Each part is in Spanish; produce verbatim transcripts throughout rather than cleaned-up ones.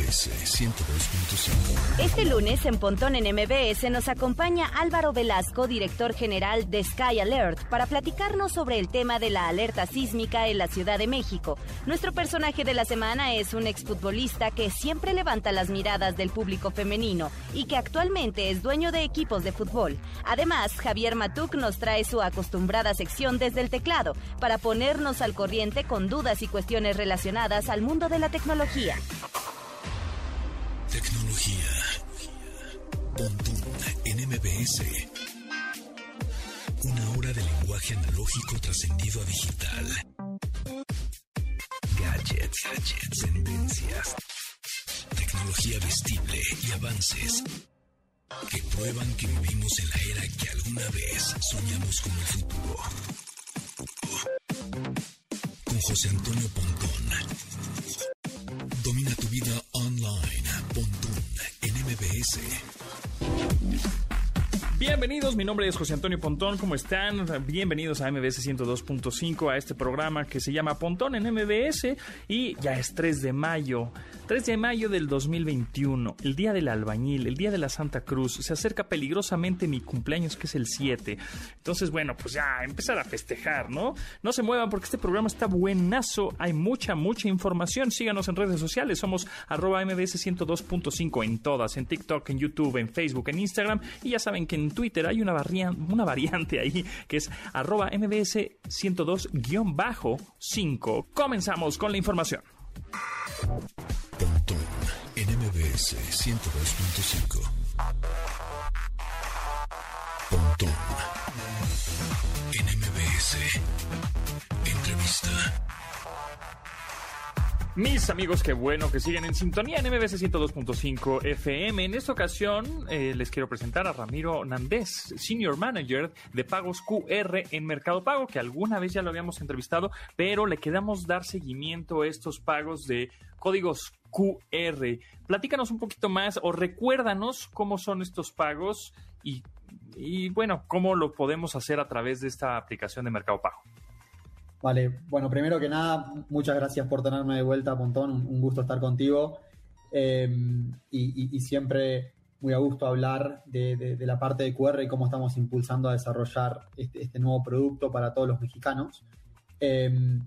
S ciento dos punto cinco. Este lunes en Pontón en M B S nos acompaña Álvaro Velasco, director general de Sky Alert, para platicarnos sobre el tema de la alerta sísmica en la Ciudad de México. Nuestro personaje de la semana es un exfutbolista que siempre levanta las miradas del público femenino y que actualmente es dueño de equipos de fútbol. Además, Javier Matuk nos trae su acostumbrada sección desde el teclado para ponernos al corriente con dudas y cuestiones relacionadas al mundo de la tecnología. Tecnología. Pontón en M B S. Una hora de lenguaje analógico trascendido a digital. Gadgets, gadgets, tendencias. Tecnología vestible y avances que prueban que vivimos en la era que alguna vez soñamos como el futuro. Con José Antonio Pontón. Domina tu vida online. Pontón en M B S. Bienvenidos, mi nombre es José Antonio Pontón, ¿cómo están? Bienvenidos a M B S ciento dos punto cinco, a este programa que se llama Pontón en M B S y ya es tres de mayo, tres de mayo del dos mil veintiuno, el día del albañil, el día de la Santa Cruz, se acerca peligrosamente mi cumpleaños que es el siete, entonces bueno, pues ya empezar a festejar, ¿no? No se muevan porque este programa está buenazo, hay mucha, mucha información, síganos en redes sociales, somos arroba M B S ciento dos punto cinco en todas, en TikTok, en YouTube, en Facebook, en Instagram y ya saben que en Twitter hay una, variante, una variante ahí que es arroba M B S ciento dos guión cinco. Comenzamos con la información. Pontón en M B S ciento dos punto cinco. Pontón en M B S. Entrevista. Mis amigos, qué bueno que siguen en sintonía en M B S ciento dos punto cinco F M. En esta ocasión eh, les quiero presentar a Ramiro Nández, Senior Manager de Pagos Q R en Mercado Pago, que alguna vez ya lo habíamos entrevistado, pero le queremos dar seguimiento a estos pagos de códigos Q R. Platícanos un poquito más o recuérdanos cómo son estos pagos y, y bueno, cómo lo podemos hacer a través de esta aplicación de Mercado Pago. Vale, bueno, primero que nada, muchas gracias por tenerme de vuelta, Pontón, un, un gusto estar contigo eh, y, y, y siempre muy a gusto hablar de, de, de la parte de Q R y cómo estamos impulsando a desarrollar este, este nuevo producto para todos los mexicanos. Eh,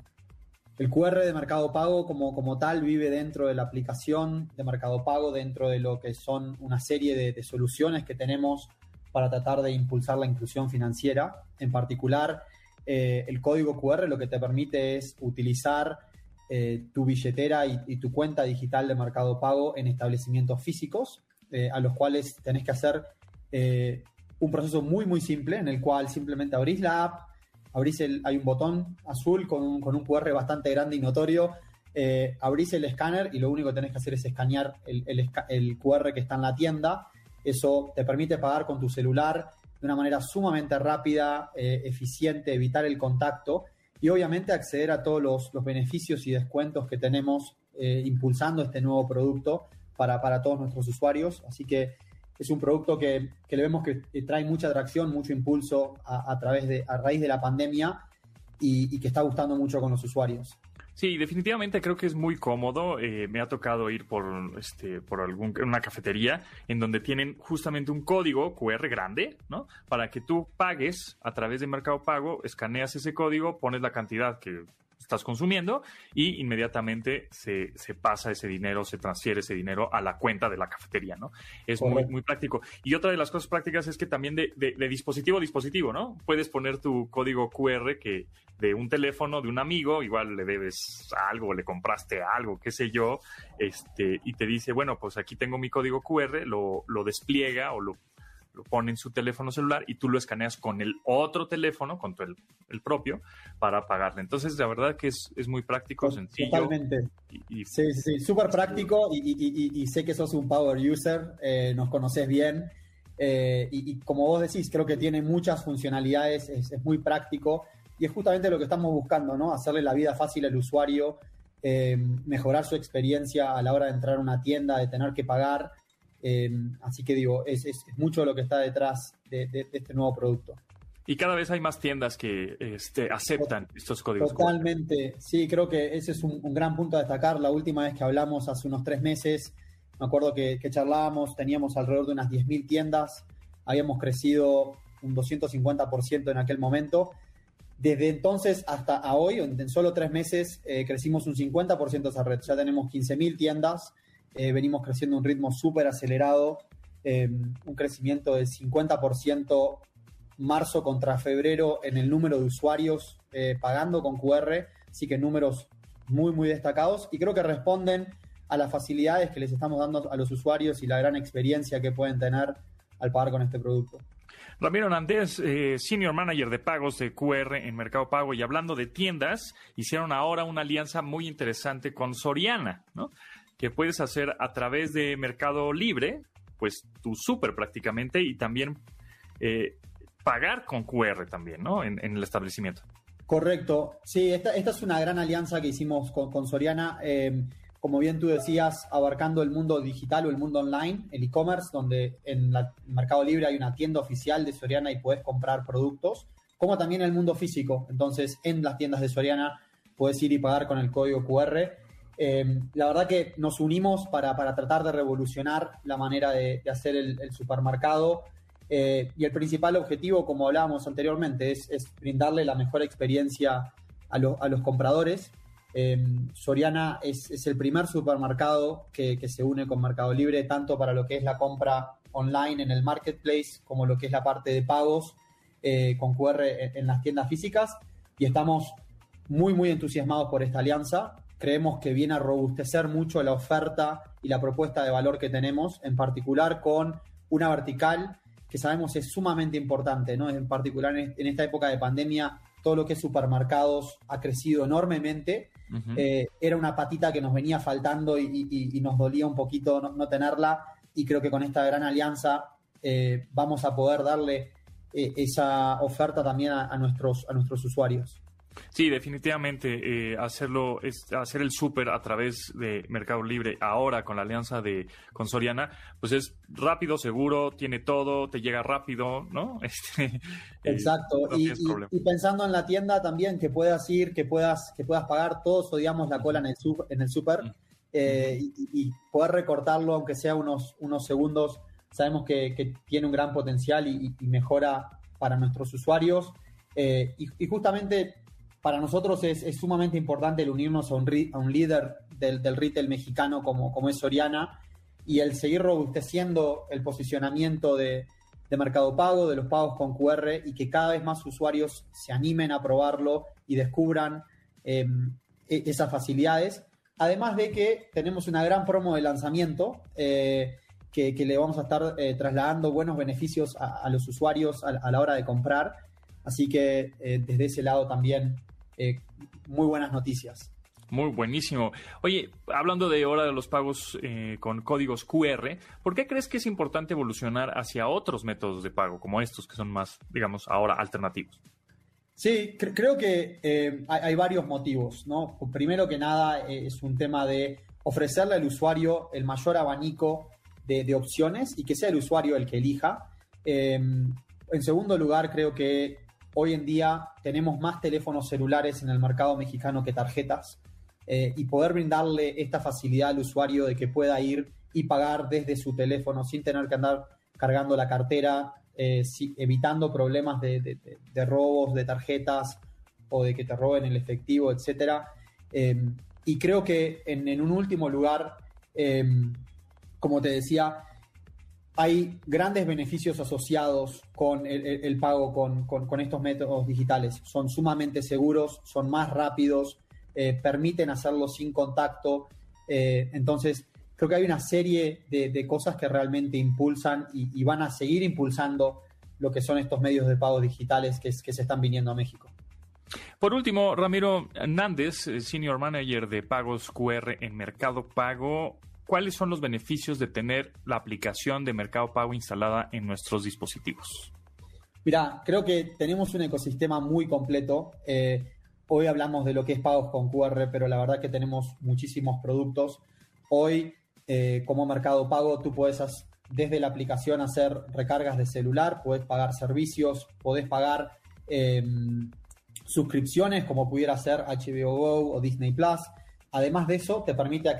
el Q R de Mercado Pago como, como tal vive dentro de la aplicación de Mercado Pago, dentro de lo que son una serie de, de soluciones que tenemos para tratar de impulsar la inclusión financiera, en particular. Eh, el código Q R lo que te permite es utilizar eh, tu billetera y, y tu cuenta digital de Mercado Pago en establecimientos físicos, eh, a los cuales tenés que hacer eh, un proceso muy, muy simple, en el cual simplemente abrís la app, abrís el, hay un botón azul con un, con un Q R bastante grande y notorio, eh, abrís el escáner y lo único que tenés que hacer es escanear el, el, el Q R que está en la tienda. Eso te permite pagar con tu celular de una manera sumamente rápida, eh, eficiente, evitar el contacto y obviamente acceder a todos los, los beneficios y descuentos que tenemos eh, impulsando este nuevo producto para, para todos nuestros usuarios. Así que es un producto que, que le vemos que trae mucha atracción, mucho impulso a, a, través de, a raíz de la pandemia y, y que está gustando mucho con los usuarios. Sí, definitivamente creo que es muy cómodo. Eh, me ha tocado ir por este por algún, una cafetería en donde tienen justamente un código Q R grande, ¿no? Para que tú pagues a través de Mercado Pago, escaneas ese código, pones la cantidad que estás consumiendo y inmediatamente se, se pasa ese dinero, se transfiere ese dinero a la cuenta de la cafetería, ¿no? Es muy, muy práctico. Y otra de las cosas prácticas es que también de, de, de dispositivo a dispositivo, ¿no? Puedes poner tu código Q R que de un teléfono de un amigo, igual le debes algo, le compraste algo, qué sé yo, este, y te dice, bueno, pues aquí tengo mi código Q R, lo, lo despliega o lo lo pone en su teléfono celular y tú lo escaneas con el otro teléfono, con tu, el, el propio, para pagarle. Entonces, la verdad que es, es muy práctico, sencillo. Totalmente. Y, y, sí, sí, sí, súper práctico y, y, y, y sé que sos un power user, eh, nos conoces bien eh, y, y como vos decís, creo que tiene muchas funcionalidades, es, es muy práctico y es justamente lo que estamos buscando, ¿no? Hacerle la vida fácil al usuario, eh, mejorar su experiencia a la hora de entrar a una tienda, de tener que pagar. Eh, así que digo, es, es, es mucho lo que está detrás de, de, de este nuevo producto. Y cada vez hay más tiendas que este, aceptan estos códigos. Totalmente, sí, creo que ese es un, un gran punto a destacar. La última vez que hablamos, hace unos tres meses, me acuerdo que, que charlábamos, teníamos alrededor de unas diez mil tiendas, habíamos crecido un doscientos cincuenta por ciento en aquel momento. Desde entonces hasta a hoy, en solo tres meses, eh, crecimos un cincuenta por ciento esa red. Ya tenemos quince mil tiendas, eh, venimos creciendo a un ritmo súper acelerado, eh, un crecimiento del cincuenta por ciento marzo contra febrero en el número de usuarios eh, pagando con Q R, así que números muy, muy destacados y creo que responden a las facilidades que les estamos dando a los usuarios y la gran experiencia que pueden tener al pagar con este producto. Ramiro Hernández, eh, Senior Manager de Pagos de Q R en Mercado Pago, y hablando de tiendas, hicieron ahora una alianza muy interesante con Soriana, ¿no? Que puedes hacer a través de Mercado Libre, pues tu súper prácticamente, y también eh, pagar con Q R también, ¿no? En, en el establecimiento. Correcto. Sí, esta, esta es una gran alianza que hicimos con, con Soriana. Eh, como bien tú decías, abarcando el mundo digital o el mundo online, el e-commerce, donde en la, el Mercado Libre hay una tienda oficial de Soriana y puedes comprar productos, como también el mundo físico. Entonces, en las tiendas de Soriana puedes ir y pagar con el código Q R. Eh, la verdad que nos unimos para, para tratar de revolucionar la manera de, de hacer el, el supermercado. Eh, y el principal objetivo, como hablábamos anteriormente, es, es brindarle la mejor experiencia a, lo, a los compradores. Eh, Soriana es, es el primer supermercado que, que se une con Mercado Libre, tanto para lo que es la compra online en el marketplace, como lo que es la parte de pagos eh, con Q R en, en las tiendas físicas. Y estamos muy, muy entusiasmados por esta alianza. Creemos que viene a robustecer mucho la oferta y la propuesta de valor que tenemos, en particular con una vertical que sabemos es sumamente importante, ¿no? En particular en esta época de pandemia, todo lo que es supermercados ha crecido enormemente. Uh-huh. Eh, era una patita que nos venía faltando y, y, y nos dolía un poquito no, no tenerla, y creo que con esta gran alianza eh, vamos a poder darle eh, esa oferta también a, a, nuestros, a nuestros usuarios. Sí, definitivamente eh, hacerlo, es, hacer el súper a través de Mercado Libre ahora con la alianza de con Soriana, pues es rápido, seguro, tiene todo, te llega rápido, ¿no? Este, Exacto. Eh, no y, y, y pensando en la tienda también, que puedas ir, que puedas, que puedas pagar, todos odiamos la cola en el súper, en el super, uh-huh. eh, y, y poder recortarlo, aunque sea unos, unos segundos, sabemos que, que tiene un gran potencial y, y mejora para nuestros usuarios. Eh, y, y justamente para nosotros es, es sumamente importante el unirnos a un, a un líder del, del retail mexicano como, como es Soriana, y el seguir robusteciendo el posicionamiento de, de Mercado Pago, de los pagos con Q R, y que cada vez más usuarios se animen a probarlo y descubran eh, esas facilidades. Además de que tenemos una gran promo de lanzamiento eh, que, que le vamos a estar eh, trasladando buenos beneficios a, a los usuarios a, a la hora de comprar. Así que eh, desde ese lado también eh, muy buenas noticias. Muy buenísimo. Oye, hablando de ahora de los pagos eh, con códigos Q R, ¿por qué crees que es importante evolucionar hacia otros métodos de pago como estos que son más, digamos, ahora alternativos? Sí, cre- creo que eh, hay, hay varios motivos, ¿no? Primero que nada eh, es un tema de ofrecerle al usuario el mayor abanico de, de opciones y que sea el usuario el que elija. Eh, en segundo lugar, creo que hoy en día tenemos más teléfonos celulares en el mercado mexicano que tarjetas, eh, y poder brindarle esta facilidad al usuario de que pueda ir y pagar desde su teléfono sin tener que andar cargando la cartera, eh, si, evitando problemas de, de, de, de robos de tarjetas o de que te roben el efectivo, etcétera. Eh, y creo que en, en un último lugar, eh, como te decía, hay grandes beneficios asociados con el, el, el pago con, con, con estos métodos digitales. Son sumamente seguros, son más rápidos, eh, permiten hacerlo sin contacto. Eh, entonces, creo que hay una serie de, de cosas que realmente impulsan y, y van a seguir impulsando lo que son estos medios de pago digitales que, que se están viniendo a México. Por último, Ramiro Hernández, Senior Manager de Pagos Q R en Mercado Pago. ¿Cuáles son los beneficios de tener la aplicación de Mercado Pago instalada en nuestros dispositivos? Mira, creo que tenemos un ecosistema muy completo. Eh, hoy hablamos de lo que es pagos con Q R, pero la verdad que tenemos muchísimos productos. Hoy, eh, como Mercado Pago, tú puedes hacer, desde la aplicación hacer recargas de celular, puedes pagar servicios, podés pagar eh, suscripciones como pudiera ser H B O Go o Disney Plus. Además de eso, te permite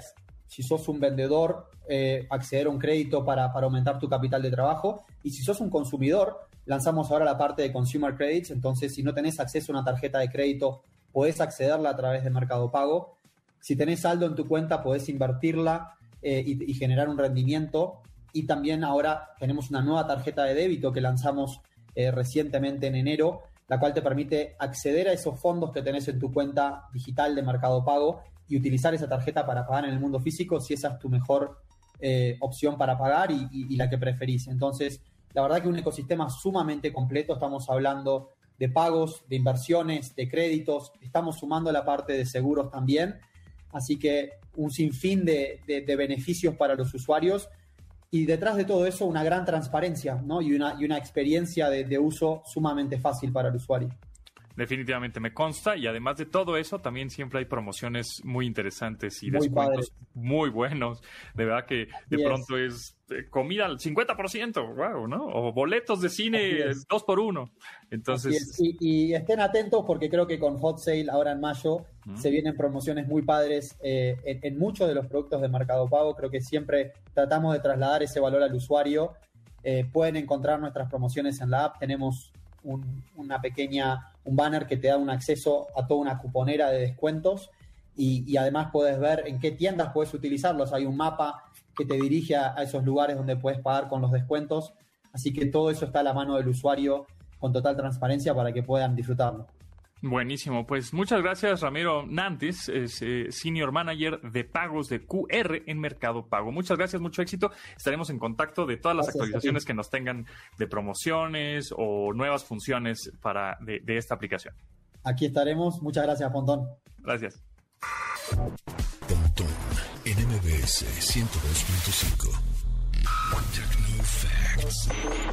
si sos un vendedor, eh, acceder a un crédito para, para aumentar tu capital de trabajo. Y si sos un consumidor, lanzamos ahora la parte de Consumer Credits. Entonces, si no tenés acceso a una tarjeta de crédito, podés accederla a través de Mercado Pago. Si tenés saldo en tu cuenta, podés invertirla eh, y, y generar un rendimiento. Y también ahora tenemos una nueva tarjeta de débito que lanzamos eh, recientemente en enero, la cual te permite acceder a esos fondos que tenés en tu cuenta digital de Mercado Pago y utilizar esa tarjeta para pagar en el mundo físico si esa es tu mejor eh, opción para pagar y, y, y la que preferís. Entonces, la verdad que un ecosistema sumamente completo. Estamos hablando de pagos, de inversiones, de créditos. Estamos sumando la parte de seguros también. Así que un sinfín de, de, de beneficios para los usuarios. Y detrás de todo eso, una gran transparencia, ¿no? Y una, y una experiencia de, de uso sumamente fácil para el usuario. Definitivamente me consta, y además de todo eso, también siempre hay promociones muy interesantes y Muy descuentos padre. muy buenos. De verdad que de Yes. pronto es eh, comida al cincuenta por ciento, wow, ¿no? O boletos de cine Así es. dos por uno. Así Entonces, es. Y, y estén atentos porque creo que con Hot Sale ahora en mayo ¿Mm? se vienen promociones muy padres eh, en, en muchos de los productos de Mercado Pago. Creo que siempre tratamos de trasladar ese valor al usuario. Eh, pueden encontrar nuestras promociones en la app. Tenemos un, una pequeña, un banner que te da un acceso a toda una cuponera de descuentos y, y además puedes ver en qué tiendas puedes utilizarlos. Hay un mapa que te dirige a, a esos lugares donde puedes pagar con los descuentos. Así que todo eso está a la mano del usuario con total transparencia para que puedan disfrutarlo. buenísimo. Pues muchas gracias, Ramiro Nantes, es, eh, Senior Manager de Pagos de Q R en Mercado Pago. Muchas gracias, mucho éxito. Estaremos en contacto de todas las Gracias, actualizaciones que nos tengan de promociones o nuevas funciones para de, de esta aplicación. Aquí estaremos. Muchas gracias, Pontón. Gracias. Pontón en M B S ciento dos punto cinco. Techno Facts.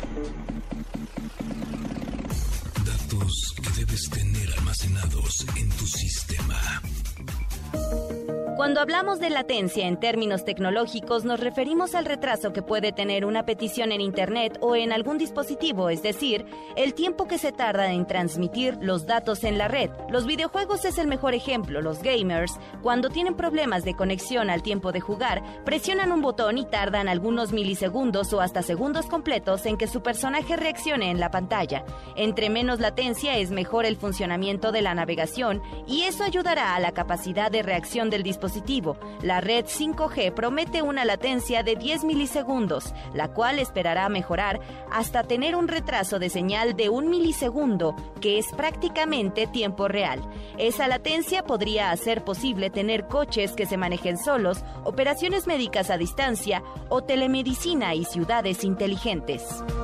Datos que debes tener almacenados en tu sistema. Cuando hablamos de latencia en términos tecnológicos, nos referimos al retraso que puede tener una petición en Internet o en algún dispositivo, es decir, el tiempo que se tarda en transmitir los datos en la red. Los videojuegos es el mejor ejemplo. Los gamers, cuando tienen problemas de conexión al tiempo de jugar, presionan un botón y tardan algunos milisegundos o hasta segundos completos en que su personaje reaccione en la pantalla. Entre menos latencia es mejor el funcionamiento de la navegación y eso ayudará a la capacidad de reacción del dispositivo. La red cinco G promete una latencia de diez milisegundos, la cual esperará mejorar hasta tener un retraso de señal de un milisegundo, que es prácticamente tiempo real. Esa latencia podría hacer posible tener coches que se manejen solos, operaciones médicas a distancia o telemedicina y ciudades inteligentes.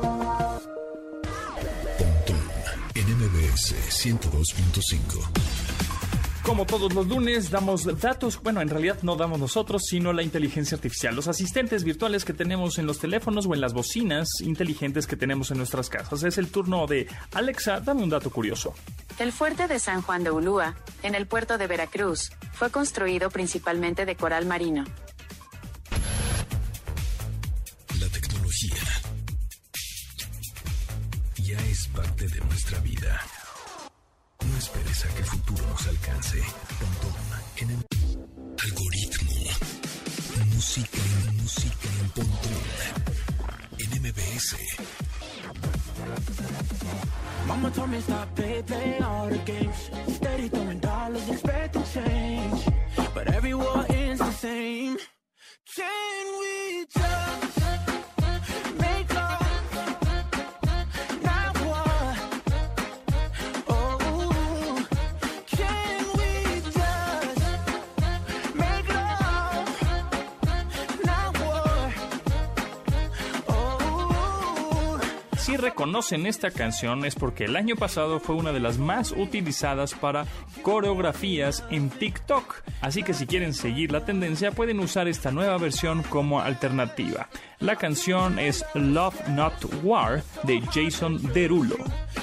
Pontón en M B S ciento dos punto cinco. Como todos los lunes, damos datos, bueno, en realidad no damos nosotros, sino la inteligencia artificial, los asistentes virtuales que tenemos en los teléfonos o en las bocinas inteligentes que tenemos en nuestras casas. Es el turno de Alexa, dame un dato curioso. El fuerte de San Juan de Ulúa, en el puerto de Veracruz, fue construido principalmente de coral marino. La tecnología ya es parte de nuestra vida. No esperes a que el futuro nos alcance. Pontón en el algoritmo. Música en música en Pontón en M B S. Mama told me stop play, play all the games. Steady throwing dollars, expecting change. But every war ends the same. Can we just make love? Si reconocen esta canción es porque el año pasado fue una de las más utilizadas para coreografías en TikTok. Así que si quieren seguir la tendencia pueden usar esta nueva versión como alternativa. La canción es Love Not War de Jason Derulo.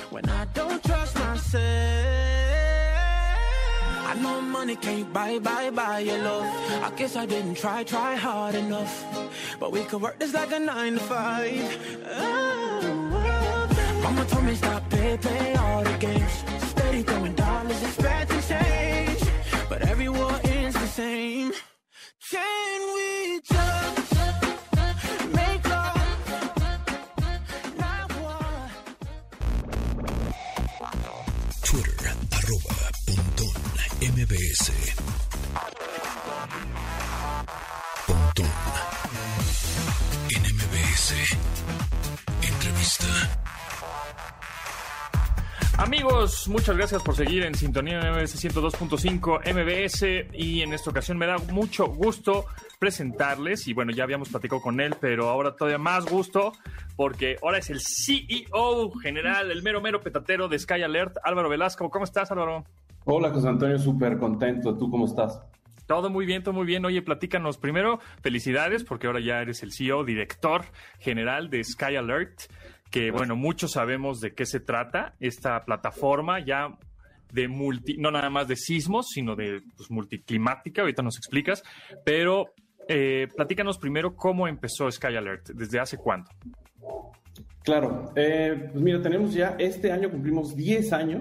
I know money can't buy, buy, buy your love. I guess I didn't try, try hard enough. But we could work this like a nine to five. Oh, Mama told me stop, play, play all the games. Steady throwing dollars, expecting change. But every war ends the same. Can we just make love, not war? Twitter, arroba Pontón M B S. Pontón en M B S. Entrevista. Amigos, muchas gracias por seguir en sintonía en M B S ciento dos punto cinco M B S, y en esta ocasión me da mucho gusto presentarles, y bueno, ya habíamos platicado con él, pero ahora todavía más gusto, porque ahora es el C E O general, el mero mero petatero de Sky Alert, Álvaro Velasco. ¿Cómo estás, Álvaro? Hola, José Antonio, súper contento. ¿Tú cómo estás? Todo muy bien, todo muy bien. Oye, platícanos primero, felicidades, porque ahora ya eres el C E O, director general de Sky Alert, que bueno, muchos sabemos de qué se trata esta plataforma ya de multi, no nada más de sismos, sino de pues, multiclimática, ahorita nos explicas, pero eh, platícanos primero cómo empezó Sky Alert, ¿desde hace cuánto? Claro, eh, pues mira, tenemos ya, este año cumplimos diez años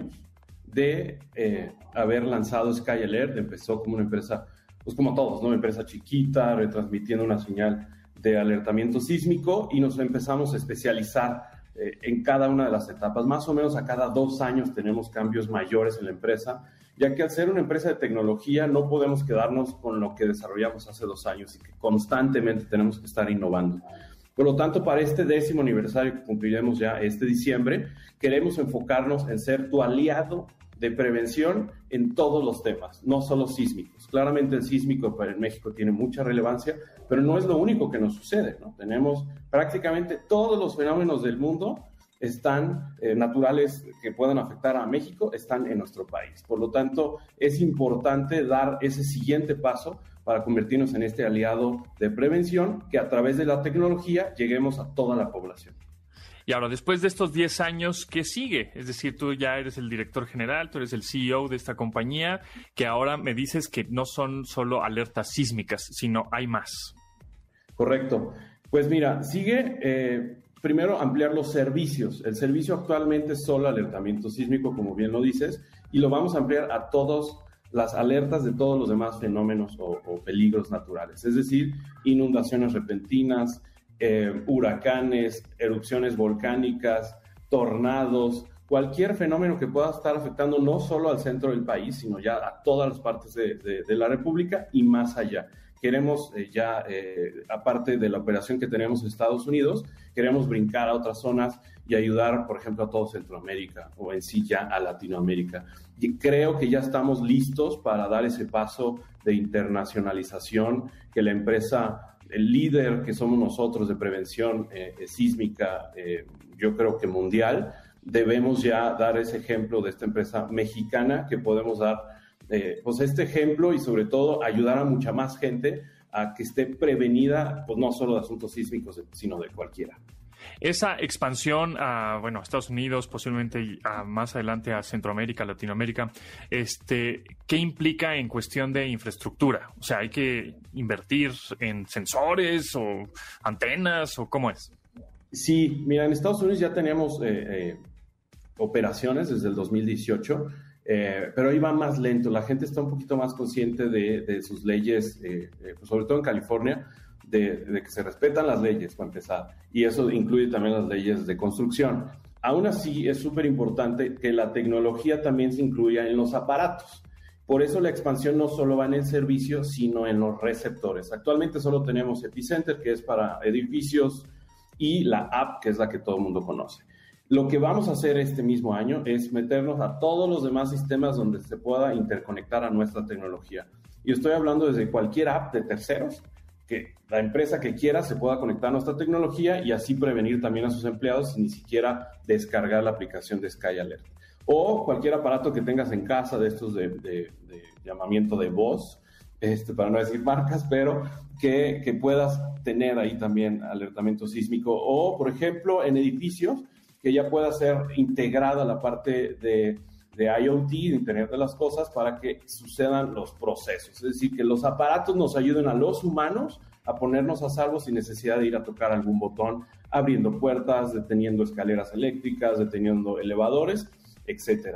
de eh, haber lanzado Sky Alert. Empezó como una empresa, pues como todos, ¿no? Una empresa chiquita, retransmitiendo una señal de alertamiento sísmico, y nos empezamos a especializar eh, en cada una de las etapas. Más o menos a cada dos años tenemos cambios mayores en la empresa, ya que al ser una empresa de tecnología no podemos quedarnos con lo que desarrollamos hace dos años y que constantemente tenemos que estar innovando. Por lo tanto, para este décimo aniversario que cumpliremos ya este diciembre, queremos enfocarnos en ser tu aliado de prevención en todos los temas, no solo sísmicos. Claramente el sísmico para el México tiene mucha relevancia, pero no es lo único que nos sucede, ¿no? Tenemos prácticamente todos los fenómenos del mundo están eh, naturales que puedan afectar a México, están en nuestro país. Por lo tanto, es importante dar ese siguiente paso para convertirnos en este aliado de prevención, que a través de la tecnología lleguemos a toda la población. Y ahora, después de estos diez años, ¿qué sigue? Es decir, tú ya eres el director general, tú eres el C E O de esta compañía, que ahora me dices que no son solo alertas sísmicas, sino hay más. Correcto. Pues mira, sigue eh, primero ampliar los servicios. El servicio actualmente es solo alertamiento sísmico, como bien lo dices, y lo vamos a ampliar a todas las alertas de todos los demás fenómenos o, o peligros naturales. Es decir, inundaciones repentinas, Eh, huracanes, erupciones volcánicas, tornados, cualquier fenómeno que pueda estar afectando no solo al centro del país, sino ya a todas las partes de, de, de la República y más allá. Queremos eh, ya, eh, aparte de la operación que tenemos en Estados Unidos, queremos brincar a otras zonas y ayudar, por ejemplo, a todo Centroamérica o en sí ya a Latinoamérica. Y creo que ya estamos listos para dar ese paso de internacionalización, que la empresa, el líder que somos nosotros de prevención eh, sísmica, eh, yo creo que mundial, debemos ya dar ese ejemplo de esta empresa mexicana, que podemos dar eh, pues este ejemplo y sobre todo ayudar a mucha más gente a que esté prevenida, pues no solo de asuntos sísmicos, sino de cualquiera. Esa expansión a, bueno, a Estados Unidos, posiblemente a, más adelante a Centroamérica, Latinoamérica, este, ¿qué implica en cuestión de infraestructura? O sea, ¿hay que invertir en sensores o antenas o cómo es? Sí, mira, en Estados Unidos ya teníamos eh, eh, operaciones desde el dos mil dieciocho, eh, pero ahí va más lento. La gente está un poquito más consciente de, de sus leyes, eh, eh, pues sobre todo en California, De, de que se respetan las leyes, para empezar, y eso incluye también las leyes de construcción. Aún así, es súper importante que la tecnología también se incluya en los aparatos. Por eso la expansión no solo va en el servicio, sino en los receptores. Actualmente solo tenemos Epicenter, que es para edificios, y la app, que es la que todo el mundo conoce. Lo que vamos a hacer este mismo año es meternos a todos los demás sistemas donde se pueda interconectar a nuestra tecnología. Y estoy hablando desde cualquier app de terceros, que la empresa que quiera se pueda conectar a nuestra tecnología y así prevenir también a sus empleados sin ni siquiera descargar la aplicación de Sky Alert. O cualquier aparato que tengas en casa de estos de, de, de llamamiento de voz, este, para no decir marcas, pero que, que puedas tener ahí también alertamiento sísmico. O, por ejemplo, en edificios, que ya pueda ser integrada la parte de, de IoT, de Internet de las Cosas, para que sucedan los procesos. Es decir, que los aparatos nos ayuden a los humanos a ponernos a salvo sin necesidad de ir a tocar algún botón, abriendo puertas, deteniendo escaleras eléctricas, deteniendo elevadores, etcétera.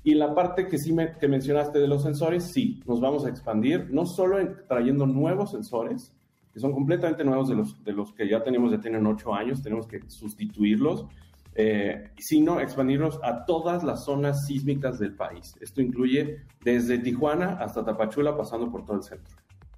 Y la parte que sí me, que mencionaste de los sensores, sí, nos vamos a expandir, no solo en, trayendo nuevos sensores, que son completamente nuevos de los, de los que ya tenemos, ya tienen ocho años, tenemos que sustituirlos, eh, sino expandirnos a todas las zonas sísmicas del país. Esto incluye desde Tijuana hasta Tapachula, pasando por todo el centro.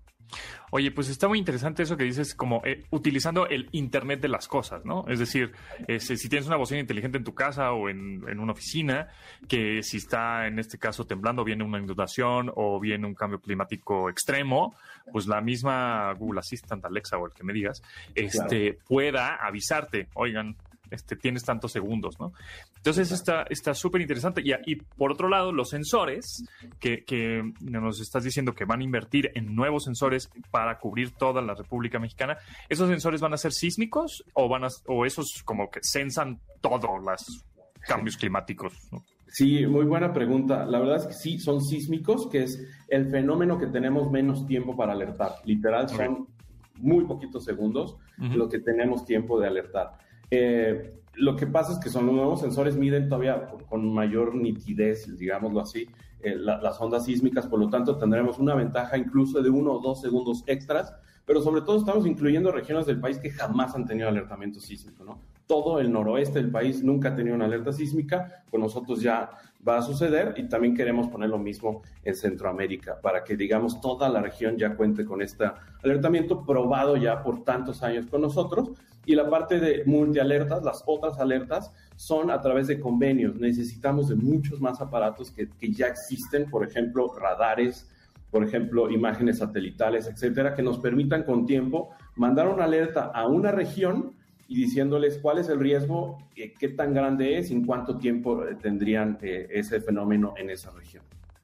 Oye, pues está muy interesante eso que dices, como eh, utilizando el Internet de las cosas, ¿no? Es decir, eh, si, si tienes una bocina inteligente en tu casa o en, en una oficina, que si está en este caso temblando, viene una inundación o viene un cambio climático extremo, pues la misma Google Assistant, Alexa o el que me digas, este, claro, pueda avisarte, oigan, este, tienes tantos segundos, ¿no? Entonces está está súper interesante. Y, y por otro lado, los sensores, que, que nos estás diciendo que van a invertir en nuevos sensores para cubrir toda la República Mexicana, ¿esos sensores van a ser sísmicos o van a, o esos como que sensan todos los cambios climáticos, ¿no? Sí, muy buena pregunta. La verdad es que sí, son sísmicos, que es el fenómeno que tenemos menos tiempo para alertar. Literal, son okay, muy poquitos segundos uh-huh, lo que tenemos tiempo de alertar. Eh, lo que pasa es que son los nuevos sensores, miden todavía con, con mayor nitidez, digámoslo así, eh, la, las ondas sísmicas, por lo tanto tendremos una ventaja incluso de uno o dos segundos extras, pero sobre todo estamos incluyendo regiones del país que jamás han tenido alertamiento sísmico, ¿no? Todo el noroeste del país nunca ha tenido una alerta sísmica, con nosotros ya va a suceder, y también queremos poner lo mismo en Centroamérica, para que, digamos, toda la región ya cuente con este alertamiento probado ya por tantos años con nosotros. Y la parte de multialertas, las otras alertas, son a través de convenios. Necesitamos de muchos más aparatos que, que ya existen, por ejemplo, radares, por ejemplo, imágenes satelitales, etcétera, que nos permitan con tiempo mandar una alerta a una región y diciéndoles cuál es el riesgo, eh, qué tan grande es y en cuánto tiempo eh, tendrían eh, ese fenómeno en esa región.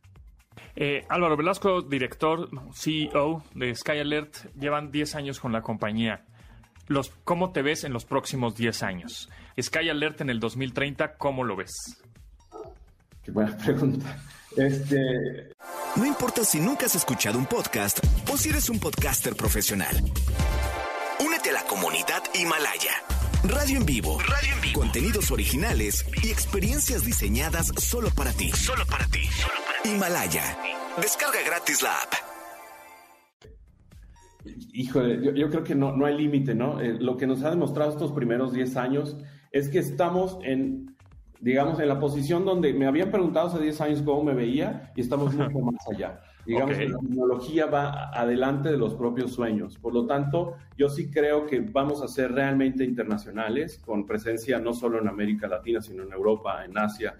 Eh, Álvaro Velasco, director, C E O de Sky Alert, llevan diez años con la compañía. Los, ¿Cómo te ves en los próximos diez años? Sky Alert en el dos mil treinta, ¿cómo lo ves? Qué buena pregunta. Este... No importa si nunca has escuchado un podcast o si eres un podcaster profesional. Únete a la comunidad Himalaya. Radio en vivo. Radio en vivo. Contenidos originales y experiencias diseñadas solo para ti. Solo para ti. Solo para ti. Himalaya. Descarga gratis la app. Híjole, yo, yo creo que no, no hay límite, ¿no? Eh, lo que nos ha demostrado estos primeros diez años es que estamos en, digamos, en la posición donde me habían preguntado hace diez años cómo me veía y estamos mucho más allá. Digamos okay, que la tecnología va adelante de los propios sueños. Por lo tanto, yo sí creo que vamos a ser realmente internacionales, con presencia no solo en América Latina, sino en Europa, en Asia,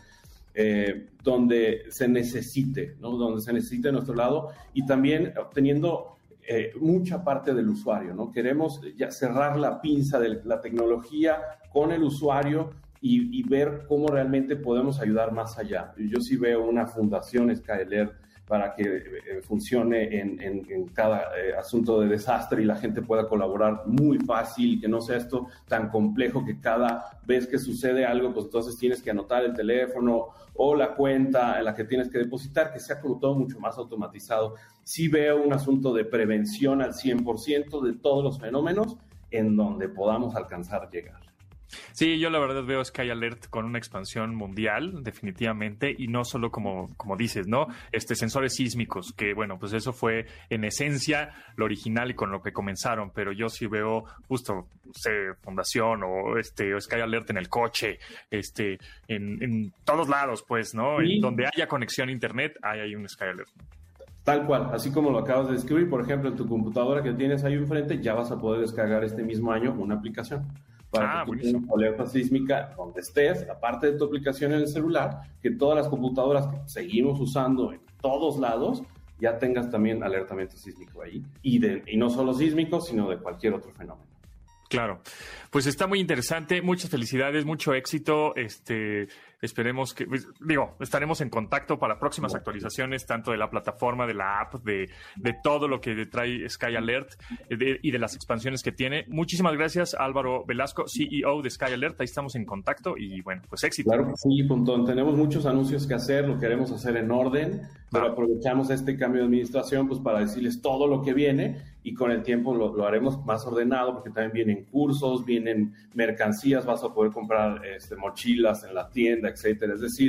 eh, donde se necesite, ¿no? Donde se necesite a nuestro lado, y también obteniendo Eh, mucha parte del usuario, ¿no? Queremos ya cerrar la pinza de la tecnología con el usuario y, y ver cómo realmente podemos ayudar más allá. Yo sí veo una fundación Sky Alert para que eh, funcione en, en, en cada eh, asunto de desastre y la gente pueda colaborar muy fácil, que no sea esto tan complejo que cada vez que sucede algo, pues entonces tienes que anotar el teléfono o la cuenta en la que tienes que depositar, que sea como todo mucho más automatizado. Sí veo un asunto de prevención al cien por ciento de todos los fenómenos en donde podamos alcanzar llegar. Sí, yo la verdad veo Sky Alert con una expansión mundial, definitivamente, y no solo como, como dices, ¿no? Este, sensores sísmicos, que bueno, pues eso fue en esencia lo original y con lo que comenzaron, pero yo sí veo justo, no sé, fundación o este, o Sky Alert en el coche, este, en, en todos lados, pues, ¿no? Sí. En donde haya conexión a internet, ahí hay un Sky Alert. Tal cual, así como lo acabas de describir, por ejemplo, en tu computadora que tienes ahí enfrente, ya vas a poder descargar este mismo año una aplicación para ah, que tengas una alerta sísmica donde estés, aparte de tu aplicación en el celular, que todas las computadoras que seguimos usando en todos lados, ya tengas también alertamiento sísmico ahí, y, de, y no solo sísmico, sino de cualquier otro fenómeno. Claro, pues está muy interesante, muchas felicidades, mucho éxito, este, esperemos que, pues, digo, estaremos en contacto para próximas actualizaciones, tanto de la plataforma, de la app, de, de todo lo que trae Sky Alert de, y de las expansiones que tiene. Muchísimas gracias, Álvaro Velasco, C E O de Sky Alert, ahí estamos en contacto y bueno, pues éxito. Claro que sí, Pontón, tenemos muchos anuncios que hacer, lo queremos hacer en orden, pero ah. aprovechamos este cambio de administración pues para decirles todo lo que viene y con el tiempo lo, lo haremos más ordenado porque también vienen cursos, vienen mercancías, vas a poder comprar este, mochilas en la tienda, etcétera. Es decir,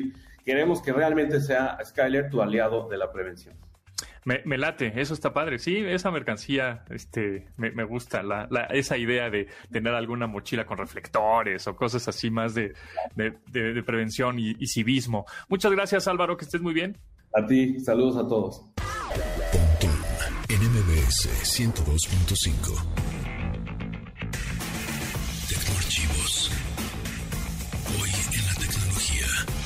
queremos que realmente sea Skyler tu aliado de la prevención. Me, me late, eso está padre. Sí, esa mercancía este, me, me gusta, la, la, esa idea de tener alguna mochila con reflectores o cosas así más de, de, de, de prevención y, y civismo. Muchas gracias, Álvaro, que estés muy bien. A ti, saludos a todos. Pontón en M B S ciento dos punto cinco. Tecnoarchivos. Hoy en la tecnología.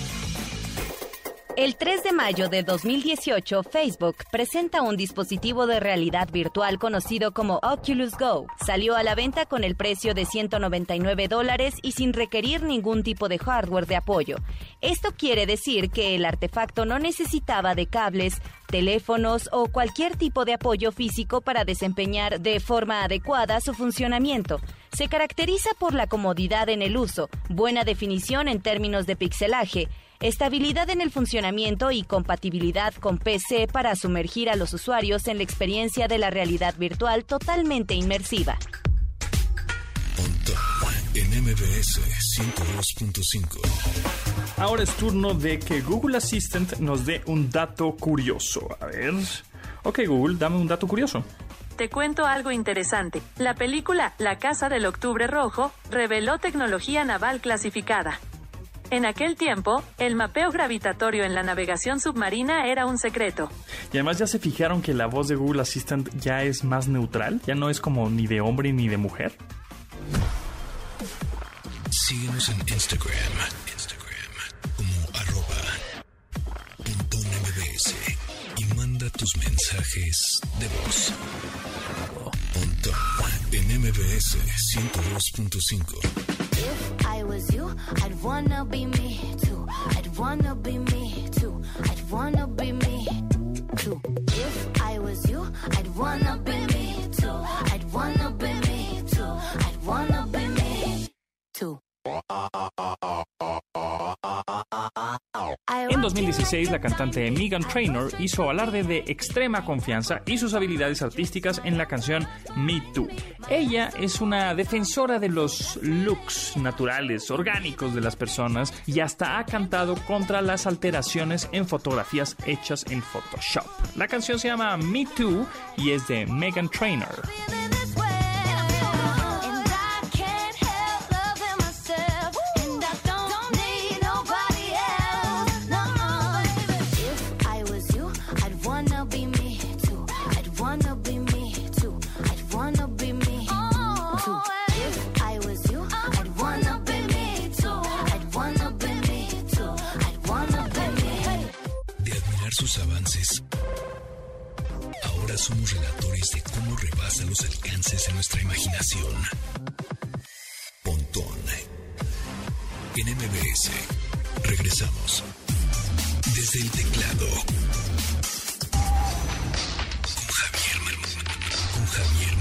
El tres de mayo de dos mil dieciocho, Facebook presenta un dispositivo de realidad virtual conocido como Oculus Go. Salió a la venta con el precio de ciento noventa y nueve dólares y sin requerir ningún tipo de hardware de apoyo. Esto quiere decir que el artefacto no necesitaba de cables, teléfonos o cualquier tipo de apoyo físico para desempeñar de forma adecuada su funcionamiento. Se caracteriza por la comodidad en el uso, buena definición en términos de pixelaje, estabilidad en el funcionamiento y compatibilidad con P C para sumergir a los usuarios en la experiencia de la realidad virtual totalmente inmersiva. Pontón en M B S ciento dos punto cinco. Ahora es turno de que Google Assistant nos dé un dato curioso. A ver. Ok, Google, dame un dato curioso. Te cuento algo interesante. La película La Casa del Octubre Rojo reveló tecnología naval clasificada. En aquel tiempo, el mapeo gravitatorio en la navegación submarina era un secreto. Y además ya se fijaron que la voz de Google Assistant ya es más neutral, ya no es como ni de hombre ni de mujer. Síguenos en Instagram, Instagram como arroba Pontón M B S y manda tus mensajes de voz. Pontón en M B S ciento dos punto cinco. If I was you, I'd wanna be me too. I'd wanna be me too. I'd wanna be me too. If I was you, I'd wanna be me too. I'd wanna be me too. I'd wanna be me too. En dos mil dieciséis, la cantante Meghan Trainor hizo alarde de extrema confianza y sus habilidades artísticas en la canción Me Too. Ella es una defensora de los looks naturales, orgánicos de las personas y hasta ha cantado contra las alteraciones en fotografías hechas en Photoshop. La canción se llama Me Too y es de Meghan Trainor. Sus avances. Ahora somos relatores de cómo rebasa los alcances de nuestra imaginación. Pontón en M B S. Regresamos. Desde el teclado. Con Javier Matuk. Con Javier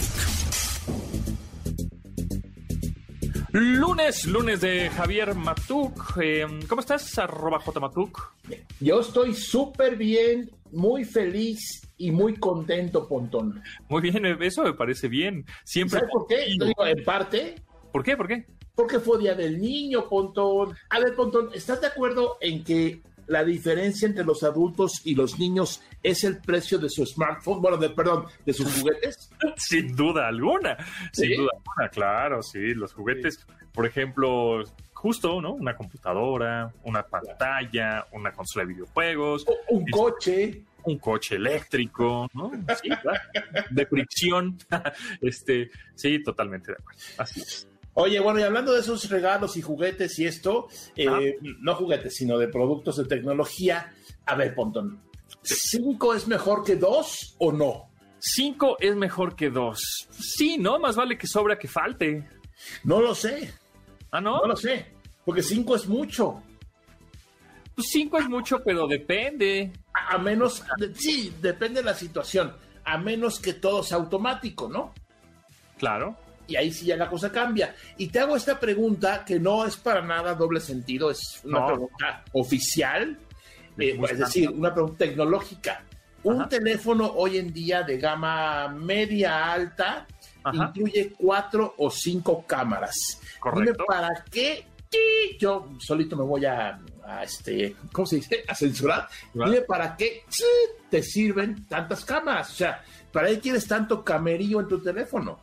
Matuk. Lunes, lunes de Javier Matuk. Eh, ¿Cómo estás? Arroba J Matuk. Yo estoy súper bien, muy feliz y muy contento, Pontón. Muy bien, eso me parece bien. Siempre. ¿Sabes por qué? Yo digo, en parte. ¿Por qué? ¿Por qué? Porque fue Día del Niño, Pontón. A ver, Pontón, ¿estás de acuerdo en que la diferencia entre los adultos y los niños es el precio de su smartphone? Bueno, de, perdón, de sus juguetes. Sin duda alguna. ¿Sí? Sin duda alguna, claro, sí. Los juguetes, sí. Por ejemplo, justo, ¿no? Una computadora, una pantalla, una consola de videojuegos. O un coche. Un coche eléctrico, ¿no? Sí, claro. De fricción. este, sí, totalmente de acuerdo. Así es. Oye, bueno, y hablando de esos regalos y juguetes y esto, eh, ah. no juguetes, sino de productos de tecnología. A ver, Pontón, ¿cinco es mejor que dos o no? Cinco es mejor que dos. Sí, ¿no? Más vale que sobra que falte. No lo sé. ¿Ah, no? No lo sé, porque cinco es mucho. Pues cinco es mucho, pero depende. A, a menos, de, sí, depende de la situación. A menos que todo sea automático, ¿no? Claro. Y ahí sí ya la cosa cambia. Y te hago esta pregunta que no es para nada doble sentido, es una no. pregunta oficial, eh, es decir, una pregunta tecnológica. Un Ajá. teléfono hoy en día de gama media alta Ajá. incluye cuatro o cinco cámaras. Correcto. Dime, ¿para qué ¡Chi! Yo solito me voy a, a este, ¿cómo se dice? A censurar. ¿Verdad? Dime para qué ¡chi! Te sirven tantas cámaras. O sea, ¿para qué quieres tanto camerillo en tu teléfono?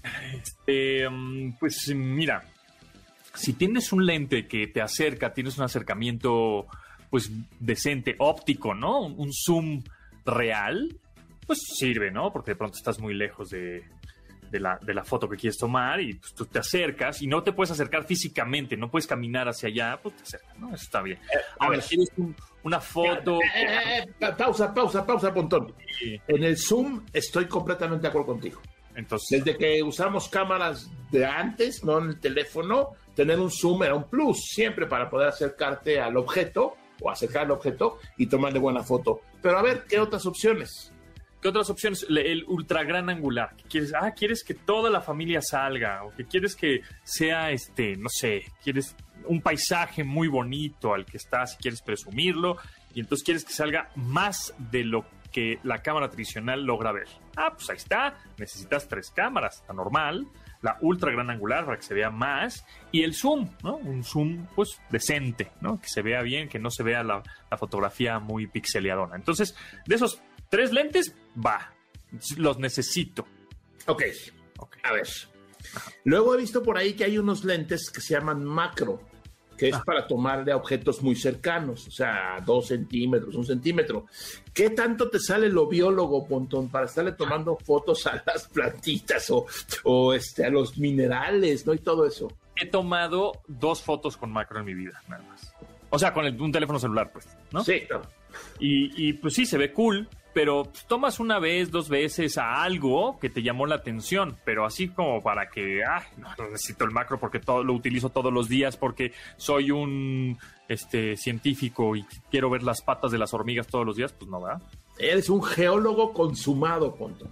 Este, pues mira, si tienes un lente que te acerca, tienes un acercamiento pues decente, óptico, ¿no? Un, un zoom real, pues sirve, ¿no? Porque de pronto estás muy lejos de, de, la, de la foto que quieres tomar y pues, tú te acercas y no te puedes acercar físicamente, no puedes caminar hacia allá, pues te acercas, ¿no? Eso está bien. Eh, a Ahora, ver, ¿quieres un, una foto? Eh, eh, eh, pausa, pausa, pausa, Pontón. Sí. En el zoom estoy completamente de acuerdo contigo. Entonces, Desde que usamos cámaras de antes, no en el teléfono, tener un zoom era un plus, siempre para poder acercarte al objeto o acercar al objeto y tomarle buena foto. Pero a ver, ¿qué otras opciones? ¿Qué otras opciones? El ultra gran angular. ¿Quieres? Ah, ¿quieres que toda la familia salga? ¿O que quieres que sea, este, no sé, quieres un paisaje muy bonito al que estás y quieres presumirlo? Y entonces quieres que salga más de lo que la cámara tradicional logra ver. Ah, pues ahí está. Necesitas tres cámaras, la normal, la ultra gran angular para que se vea más y el zoom, ¿no? Un zoom, pues, decente, ¿no? Que se vea bien, que no se vea la, la fotografía muy pixeleadona. Entonces, de esos tres lentes, va. Los necesito. Ok. Ok. A ver. Luego he visto por ahí que hay unos lentes que se llaman macro, que es Ah. para tomarle a objetos muy cercanos, o sea, dos centímetros, un centímetro. ¿Qué tanto te sale lo biólogo, Pontón, para estarle tomando fotos a las plantitas o, o este, a los minerales, ¿no? Y todo eso. He tomado dos fotos con macro en mi vida, nada más. O sea, con el, un teléfono celular, pues, ¿no? Sí, no. Y, y pues sí, se ve cool, pero pues, tomas una vez, dos veces a algo que te llamó la atención, pero así como para que, ah, no, no necesito el macro porque todo lo utilizo todos los días, porque soy un este científico y quiero ver las patas de las hormigas todos los días, pues no, ¿verdad? Eres un geólogo consumado, Pontón.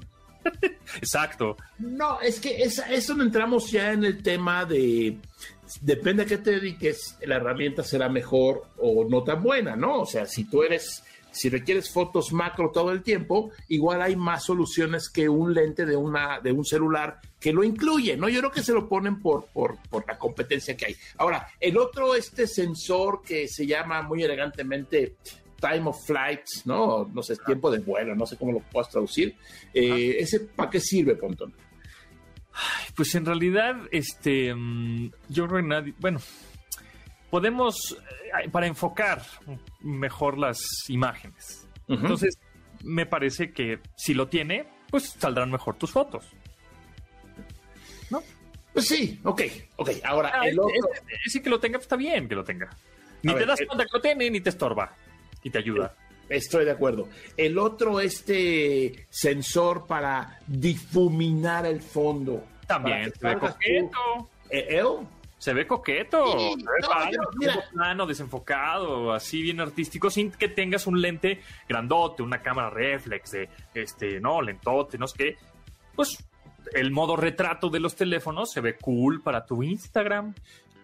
Exacto. No, es que es, es donde entramos ya en el tema de, depende a qué te dediques, la herramienta será mejor o no tan buena, ¿no? O sea, si tú eres, si requieres fotos macro todo el tiempo, igual hay más soluciones que un lente de, una, de un celular que lo incluye, ¿no? Yo creo que se lo ponen por, por, por la competencia que hay. Ahora, el otro, este sensor que se llama muy elegantemente time of flight, ¿no? No sé, tiempo de vuelo, no sé cómo lo puedas traducir. Eh, ¿Ese para qué sirve, Pontón? Pues en realidad, este, yo creo que nadie, bueno, podemos, eh, para enfocar mejor las imágenes. Uh-huh. Entonces, me parece que si lo tiene, pues saldrán mejor tus fotos. ¿No? Pues sí, ok, ok. Ahora, ah, el otro... ese, ese que lo tenga, pues está bien que lo tenga. Ni A te ver, das el... cuenta que lo tiene, ni te estorba. Y te ayuda. Estoy de acuerdo. El otro, este sensor para difuminar el fondo. También se ve coqueto. ¿Eh? Se ve coqueto. Sí, se ve no, padre, yo, mira. plano, desenfocado, así bien artístico, sin que tengas un lente grandote, una cámara reflex, de, este, no, lentote, no sé qué. Pues el modo retrato de los teléfonos se ve cool para tu Instagram.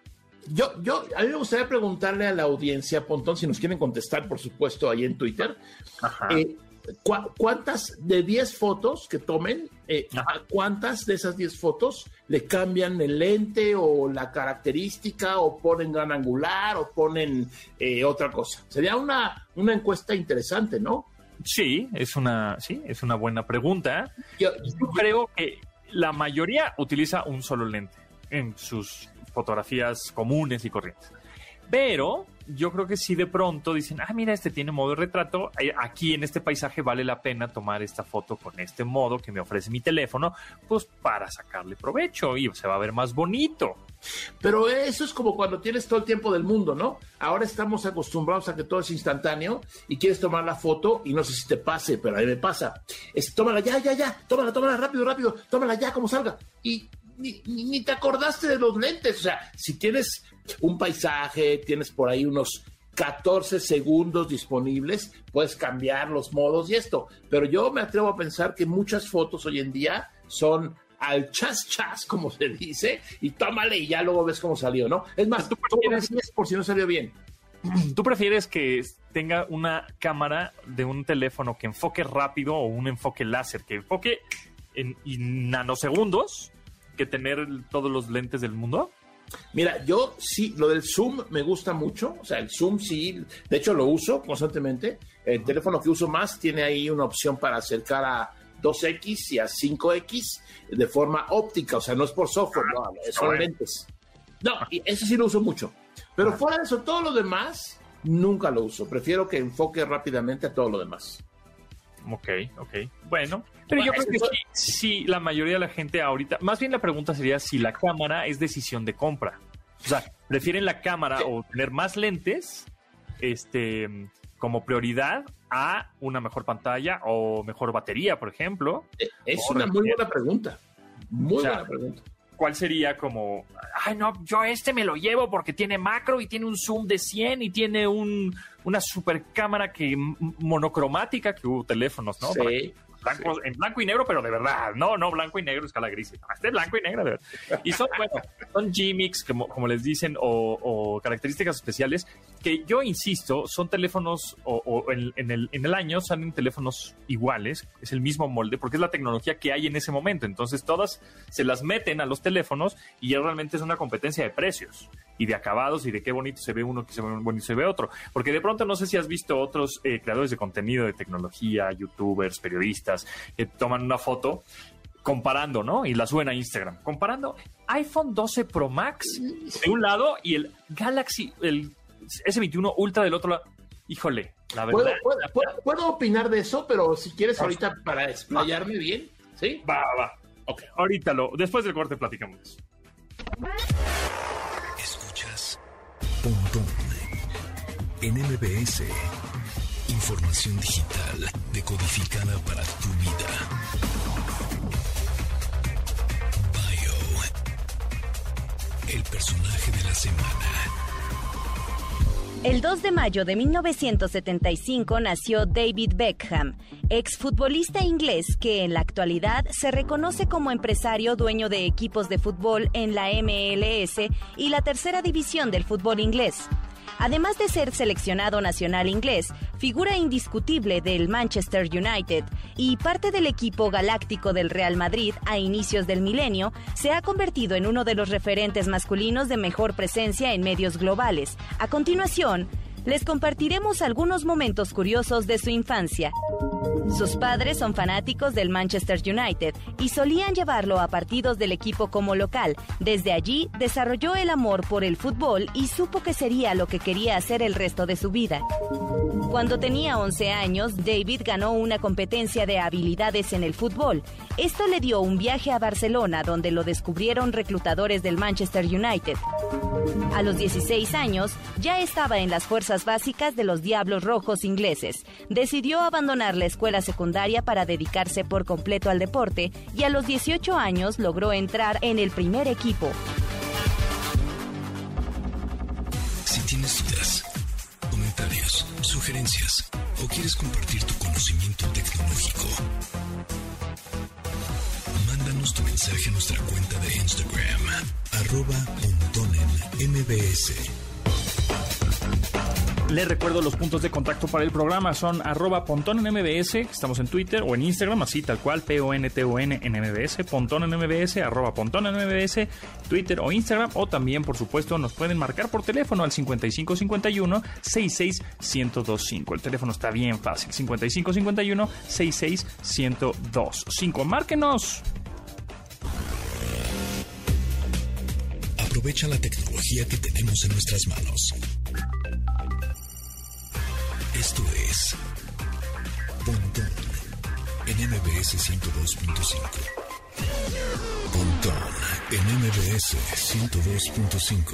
Yo, yo, a mí me gustaría preguntarle a la audiencia, Pontón, si nos quieren contestar, por supuesto, ahí en Twitter. Ajá. Eh, ¿cu- ¿Cuántas de diez fotos que tomen, eh, a cuántas de esas diez fotos le cambian el lente o la característica o ponen gran angular o ponen eh, otra cosa? Sería una, una encuesta interesante, ¿no? Sí, es una, sí, es una buena pregunta. Yo, yo creo que la mayoría utiliza un solo lente en sus fotografías comunes y corrientes. Pero yo creo que si de pronto dicen, ah, mira, este tiene modo de retrato, aquí en este paisaje vale la pena tomar esta foto con este modo que me ofrece mi teléfono, pues para sacarle provecho y se va a ver más bonito. Pero eso es como cuando tienes todo el tiempo del mundo, ¿no? Ahora estamos acostumbrados a que todo es instantáneo y quieres tomar la foto y no sé si te pase, pero a mí me pasa. Es, tómala ya, ya, ya, tómala, tómala rápido, rápido, tómala ya, como salga. Y Ni, ni, ni te acordaste de los lentes. O sea, si tienes un paisaje, tienes por ahí unos catorce segundos disponibles, puedes cambiar los modos y esto. Pero yo me atrevo a pensar que muchas fotos hoy en día son al chas chas, como se dice, y tómale y ya luego ves cómo salió, ¿no? Es más, tú prefieres por si no salió bien. ¿Tú prefieres que tenga una cámara de un teléfono que enfoque rápido o un enfoque láser que enfoque en, en nanosegundos que tener todos los lentes del mundo? Mira, yo sí, lo del Zoom me gusta mucho, o sea, el Zoom sí, de hecho lo uso constantemente. El teléfono que uso más tiene ahí una opción para acercar a dos equis y a cinco equis de forma óptica, o sea, no es por software, no, son lentes. No, y eso sí lo uso mucho. Pero fuera de eso, todo lo demás, nunca lo uso. Prefiero que enfoque rápidamente a todo lo demás. Ok, ok. Bueno, pero yo creo que sí, sí, la mayoría de la gente ahorita, más bien la pregunta sería si la cámara es decisión de compra. O sea, ¿prefieren la cámara o tener más lentes este, como prioridad a una mejor pantalla o mejor batería, por ejemplo? Es una muy buena pregunta. Muy o sea, buena pregunta. ¿Cuál sería como, ay no, yo este me lo llevo porque tiene macro y tiene un zoom de cien y tiene un, una super cámara que monocromática, que hubo teléfonos, ¿no? Sí. Blanco, sí. En blanco y negro, pero de verdad, no, no blanco y negro, escala gris, no, este blanco y negro, de verdad. Y son, bueno, son gimmicks, como, como les dicen, o, o características especiales, que yo insisto, son teléfonos, o, o en, en, el, en el año salen teléfonos iguales, es el mismo molde, porque es la tecnología que hay en ese momento, entonces todas se las meten a los teléfonos y ya realmente es una competencia de precios y de acabados y de qué bonito se ve uno, qué bonito se ve otro, porque de pronto no sé si has visto otros eh, creadores de contenido de tecnología, youtubers, periodistas, que toman una foto comparando, ¿no? Y la suben a Instagram, comparando iPhone doce Pro Max de un lado y el Galaxy, el ese veintiuno Ultra del otro lado. Híjole, la verdad. ¿Puedo, puedo, puedo, puedo opinar de eso, pero si quieres ahorita para explayarme bien, ¿sí? Va, va. Ok, ahorita lo, después del corte platicamos. Escuchas Pontón en M B S. Información digital decodificada para tu vida. Bio. El personaje de la semana. El dos de mayo de mil novecientos setenta y cinco nació David Beckham, exfutbolista inglés que en la actualidad se reconoce como empresario dueño de equipos de fútbol en la M L S y la tercera división del fútbol inglés. Además de ser seleccionado nacional inglés, figura indiscutible del Manchester United y parte del equipo galáctico del Real Madrid a inicios del milenio, se ha convertido en uno de los referentes masculinos de mejor presencia en medios globales. A continuación, les compartiremos algunos momentos curiosos de su infancia. Sus padres son fanáticos del Manchester United y solían llevarlo a partidos del equipo como local. Desde allí desarrolló el amor por el fútbol y supo que sería lo que quería hacer el resto de su vida. Cuando tenía once años, David ganó una competencia de habilidades en el fútbol. Esto le dio un viaje a Barcelona, donde lo descubrieron reclutadores del Manchester United. A los dieciséis años, ya estaba en las fuerzas básicas de los Diablos Rojos ingleses. Decidió abandonar la escuela secundaria para dedicarse por completo al deporte y a los dieciocho años logró entrar en el primer equipo. Si tienes dudas, comentarios, sugerencias o quieres compartir tu conocimiento tecnológico, mándanos tu mensaje a nuestra cuenta de Instagram, arroba pontonenmbs. Les recuerdo los puntos de contacto para el programa son arroba pontón en mbs, estamos en Twitter o en Instagram, así tal cual, P O N T O N en M B S, pontón en M B S, arroba pontón en M B S, Twitter o Instagram, o también, por supuesto, nos pueden marcar por teléfono al cincuenta y cinco cincuenta y uno sesenta y seis ciento veinticinco. El teléfono está bien fácil, cincuenta y cinco cincuenta y uno sesenta y seis ciento veinticinco. ¡Márquenos! Aprovecha la tecnología que tenemos en nuestras manos. Esto es Pontón en M B S ciento dos punto cinco. Pontón en M B S ciento dos punto cinco.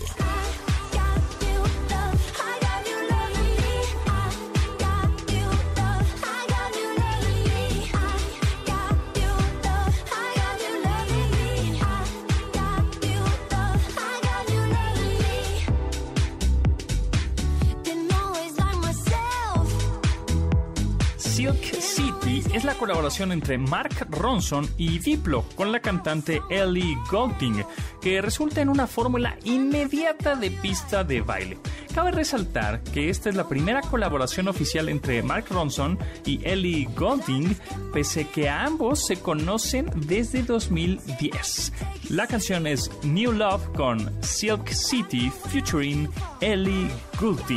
Silk City es la colaboración entre Mark Ronson y Diplo con la cantante Ellie Goulding, que resulta en una fórmula inmediata de pista de baile. Cabe resaltar que esta es la primera colaboración oficial entre Mark Ronson y Ellie Goulding, pese que a ambos se conocen desde dos mil diez. La canción es New Love con Silk City featuring Ellie Goulding.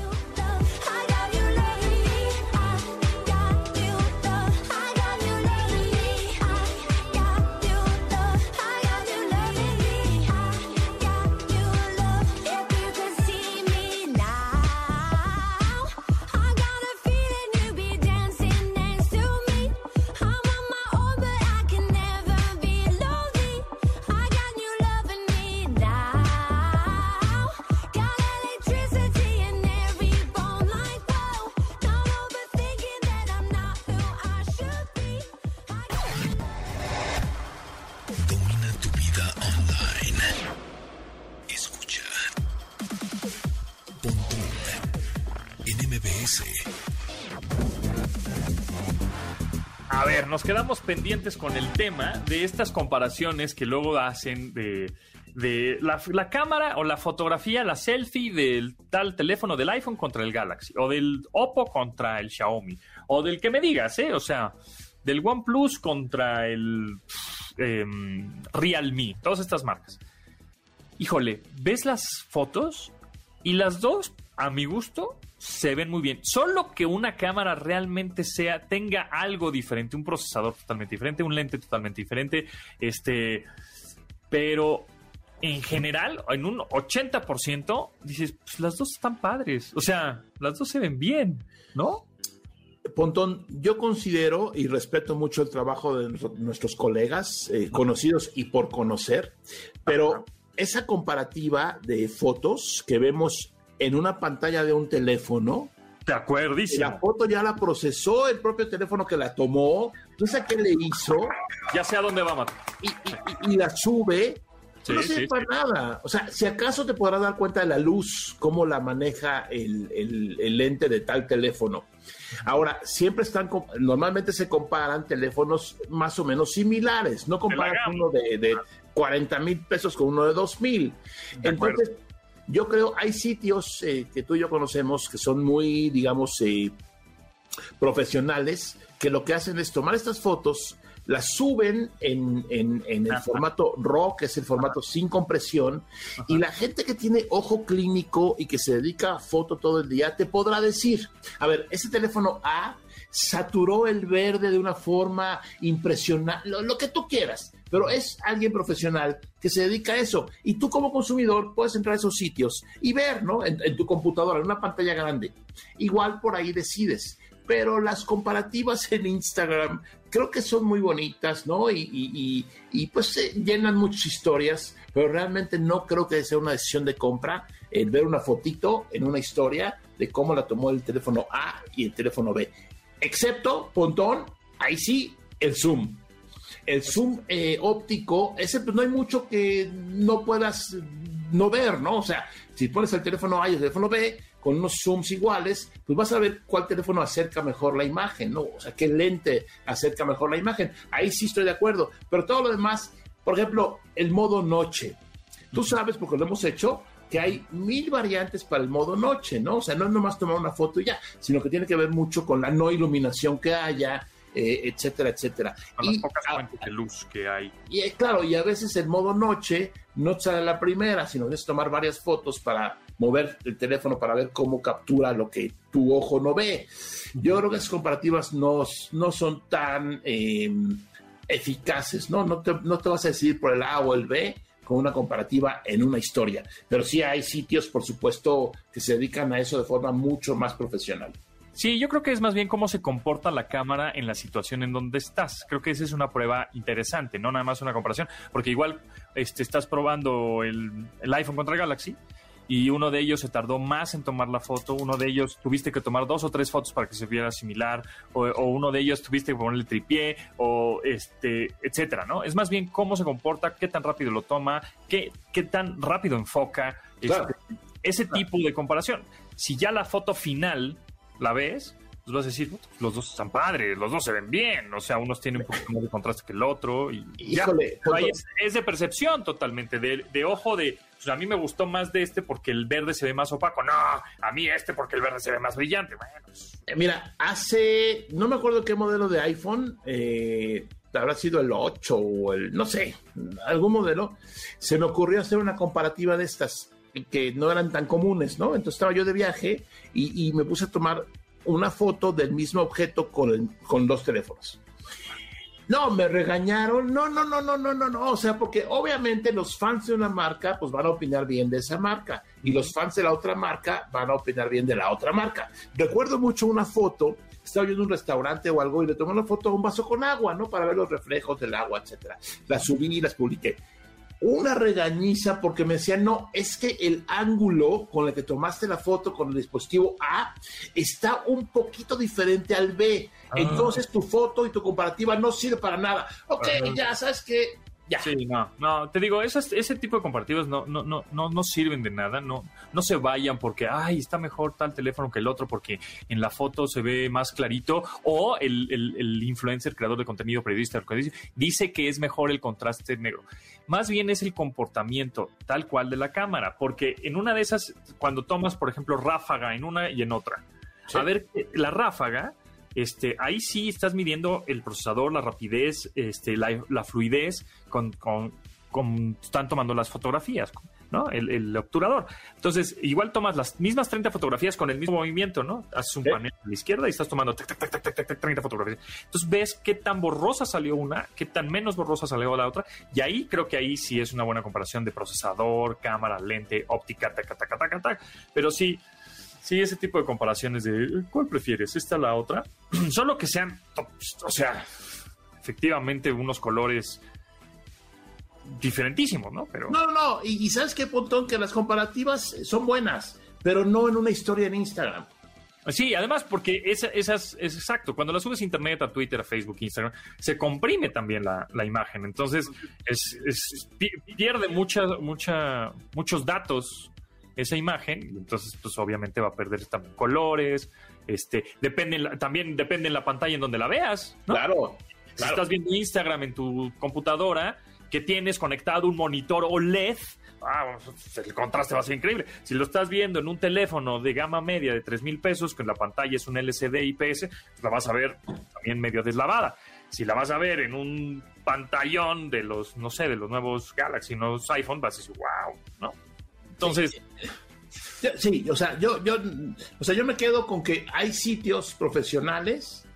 A ver, nos quedamos pendientes con el tema de estas comparaciones que luego hacen de, de la, la cámara o la fotografía, la selfie del tal teléfono del iPhone contra el Galaxy, o del Oppo contra el Xiaomi, o del que me digas, ¿eh? O sea, del OnePlus contra el eh, Realme, todas estas marcas. Híjole, ves las fotos y las dos, a mi gusto, se ven muy bien. Solo que una cámara realmente sea, tenga algo diferente, un procesador totalmente diferente, un lente totalmente diferente, este, pero en general, en un ochenta por ciento, dices, pues las dos están padres. O sea, las dos se ven bien, ¿no? Pontón, yo considero y respeto mucho el trabajo de nuestros colegas, eh, conocidos y por conocer, pero Ajá. esa comparativa de fotos que vemos en una pantalla de un teléfono, de acuerdísimo. La foto ya la procesó el propio teléfono que la tomó, no sé qué le hizo. Ya sé a dónde va, Mato. Y, y, y la sube. Sí, no sirve sí, para sí. nada. O sea, si acaso te podrás dar cuenta de la luz, cómo la maneja el, el, el lente de tal teléfono. Ahora, siempre están, normalmente se comparan teléfonos más o menos similares. No comparas uno de, de cuarenta mil pesos con uno de dos mil. Entonces, yo creo, hay sitios eh, que tú y yo conocemos que son muy, digamos, eh, profesionales, que lo que hacen es tomar estas fotos, las suben en, en, en el Ajá. formato RAW, que es el formato Ajá. sin compresión, Ajá. y la gente que tiene ojo clínico y que se dedica a foto todo el día te podrá decir, a ver, ese teléfono A saturó el verde de una forma impresionante, lo, lo que tú quieras, pero es alguien profesional que se dedica a eso, y tú como consumidor puedes entrar a esos sitios y ver, ¿no? En, en tu computadora, en una pantalla grande, igual por ahí decides. Pero las comparativas en Instagram creo que son muy bonitas, ¿no? Y, y, y, y pues eh, llenan muchas historias, pero realmente no creo que sea una decisión de compra el ver una fotito en una historia de cómo la tomó el teléfono A y el teléfono B. Excepto, Pontón, ahí sí, el zoom. El zoom eh, óptico, ese pues no hay mucho que no puedas no ver, ¿no? O sea, si pones el teléfono A y el teléfono B con unos zooms iguales, pues vas a ver cuál teléfono acerca mejor la imagen, ¿no? O sea, qué lente acerca mejor la imagen. Ahí sí estoy de acuerdo. Pero todo lo demás, por ejemplo, el modo noche. Tú sabes, porque lo hemos hecho, que hay mil variantes para el modo noche, ¿no? O sea, no es nomás tomar una foto y ya, sino que tiene que ver mucho con la no iluminación que haya, eh, etcétera, etcétera. Con las pocas fuentes de luz que hay. Y eh, claro, y a veces el modo noche no sale la primera, sino debes tomar varias fotos para mover el teléfono para ver cómo captura lo que tu ojo no ve. Yo creo que esas comparativas no, no son tan eh, eficaces, ¿no? No te, no te vas a decidir por el A o el B con una comparativa en una historia. Pero sí hay sitios, por supuesto, que se dedican a eso de forma mucho más profesional. Sí, yo creo que es más bien cómo se comporta la cámara en la situación en donde estás. Creo que esa es una prueba interesante, no nada más una comparación, porque igual este, estás probando el, el iPhone contra el Galaxy y uno de ellos se tardó más en tomar la foto, uno de ellos tuviste que tomar dos o tres fotos para que se viera similar, o, o uno de ellos tuviste que ponerle tripié, o este, etcétera, ¿no? Es más bien cómo se comporta, qué tan rápido lo toma, qué, qué tan rápido enfoca, claro. este, ese tipo de comparación. Si ya la foto final la ves, pues vas a decir, los dos están padres, los dos se ven bien, o sea, unos tienen un poquito más de contraste que el otro, y Híjole, ya, ahí es, es de percepción totalmente, de, de ojo de, pues a mí me gustó más de este porque el verde se ve más opaco, no, a mí este porque el verde se ve más brillante, bueno. Pues. Eh, mira, hace, no me acuerdo qué modelo de iPhone, eh, habrá sido el ocho o el, no sé, algún modelo, se me ocurrió hacer una comparativa de estas, que no eran tan comunes, ¿no? Entonces estaba yo de viaje y, y me puse a tomar una foto del mismo objeto con, el, con dos teléfonos. No, me regañaron, no, no, no, no, no, no, no, o sea, porque obviamente los fans de una marca, pues van a opinar bien de esa marca, y los fans de la otra marca van a opinar bien de la otra marca. Recuerdo mucho una foto, estaba yo en un restaurante o algo, y le tomé una foto a un vaso con agua, ¿no? Para ver los reflejos del agua, etcétera. Las subí y las publiqué. Una regañiza porque me decían, no, es que el ángulo con el que tomaste la foto con el dispositivo A está un poquito diferente al B. Ah. Entonces tu foto y tu comparativa no sirve para nada. Ok, uh-huh. ya sabes que... Ya. Sí, no, no, te digo, esas, ese tipo de comparativas no, no, no, no, no sirven de nada, no, no se vayan porque, ay, está mejor tal teléfono que el otro porque en la foto se ve más clarito, o el, el, el influencer, creador de contenido, periodista, dice que es mejor el contraste negro. Más bien es el comportamiento tal cual de la cámara, porque en una de esas, cuando tomas, por ejemplo, ráfaga en una y en otra, sí. a ver, la ráfaga... Este, ahí sí estás midiendo el procesador, la rapidez, este, la, la fluidez con, con, con están tomando las fotografías, ¿no? El, el obturador. Entonces, igual tomas las mismas treinta fotografías con el mismo movimiento, ¿no? Haces un ¿Sí? panel a la izquierda y estás tomando tac, tac, tac, tac, tac, tac, treinta fotografías. Entonces ves qué tan borrosa salió una, qué tan menos borrosa salió la otra, y ahí creo que ahí sí es una buena comparación de procesador, cámara, lente, óptica, tac, tac, tac, tac, tac. Pero sí, sí, ese tipo de comparaciones de ¿cuál prefieres? ¿Esta o la otra? Solo que sean, o sea, efectivamente unos colores diferentísimos, ¿no? Pero... No, no, no. Y, y ¿sabes qué, Pontón? Que las comparativas son buenas, pero no en una historia en Instagram. Sí, además porque esa, esas, es exacto, cuando las subes a internet, a Twitter, a Facebook, Instagram, se comprime también la, la imagen. Entonces, es, es, pierde mucha, mucha, muchos datos esa imagen, y entonces pues obviamente va a perder también colores, este, depende, también depende en la pantalla en donde la veas, ¿no? Claro, si claro. estás viendo Instagram en tu computadora, que tienes conectado un monitor O L E D, ah, el contraste va a ser increíble. Si lo estás viendo en un teléfono de gama media de tres mil pesos, que la pantalla es un L C D I P S, pues la vas a ver también medio deslavada. Si la vas a ver en un pantallón de los, no sé, de los nuevos Galaxy, nuevos iPhone, vas a decir, wow, ¿no? Entonces, sí, sí, o sea, yo, yo, o sea, yo me quedo con que hay sitios profesionales,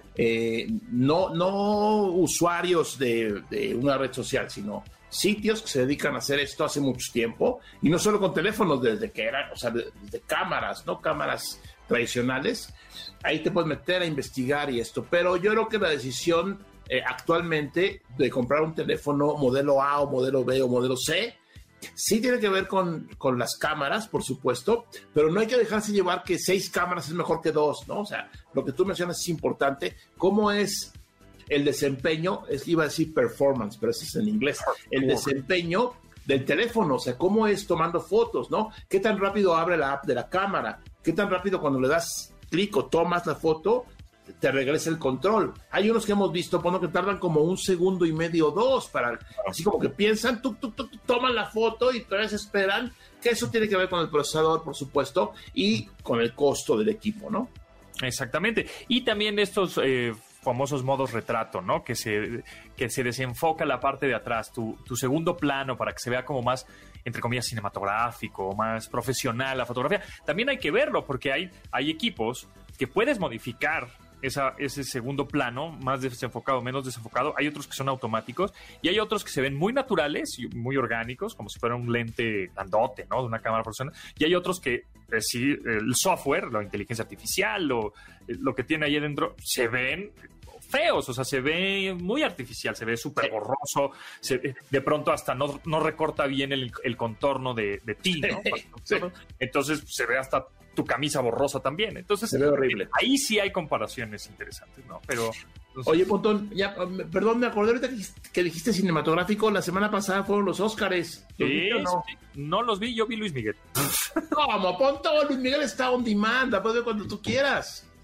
eh, no, no usuarios de, de una red social, sino sitios que se dedican a hacer esto hace mucho tiempo, y no solo con teléfonos, desde que eran, o sea, desde cámaras, no cámaras tradicionales. Ahí te puedes meter a investigar y esto, pero yo creo que la decisión eh, actualmente de comprar un teléfono modelo A o modelo B o modelo C sí tiene que ver con, con las cámaras, por supuesto, pero no hay que dejarse llevar que seis cámaras es mejor que dos, ¿no? O sea, lo que tú mencionas es importante. ¿Cómo es el desempeño? Es que iba a decir performance, pero eso es en inglés. El desempeño del teléfono, o sea, ¿cómo es tomando fotos, no? ¿Qué tan rápido abre la app de la cámara? ¿Qué tan rápido cuando le das clic o tomas la foto te regresa el control? Hay unos que hemos visto, bueno, que tardan como un segundo y medio o dos para, así como que piensan, tuk, tuk, tuk, toman la foto y todavía se esperan, que eso tiene que ver con el procesador, por supuesto, y con el costo del equipo, ¿no? Exactamente. Y también estos eh, famosos modos retrato, ¿no? Que se, que se desenfoca la parte de atrás, tu, tu segundo plano, para que se vea como más, entre comillas, cinematográfico, más profesional la fotografía. También hay que verlo, porque hay, hay equipos que puedes modificar Esa, ese segundo plano, más desenfocado, menos desenfocado. Hay otros que son automáticos y hay otros que se ven muy naturales y muy orgánicos, como si fuera un lente grandote, ¿no? De una cámara profesional. Y hay otros que, eh, sí, el software, la inteligencia artificial, lo, lo que tiene ahí adentro, se ven feos, o sea, se ve muy artificial, se ve súper borroso, se, de pronto hasta no, no recorta bien el, el contorno de, de ti, ¿no? Sí. Entonces se ve hasta tu camisa borrosa también. Entonces, se ve horrible. Ahí sí hay comparaciones interesantes, ¿no? Pero... No sé. Oye, Pontón, ya, perdón, me acordé ahorita que, que dijiste cinematográfico, la semana pasada fueron los Óscares. ¿Los sí, viste o no? Sí. No los vi, yo vi Luis Miguel. ¿Cómo, Pontón? Luis Miguel está on demand, la puedes ver cuando tú quieras.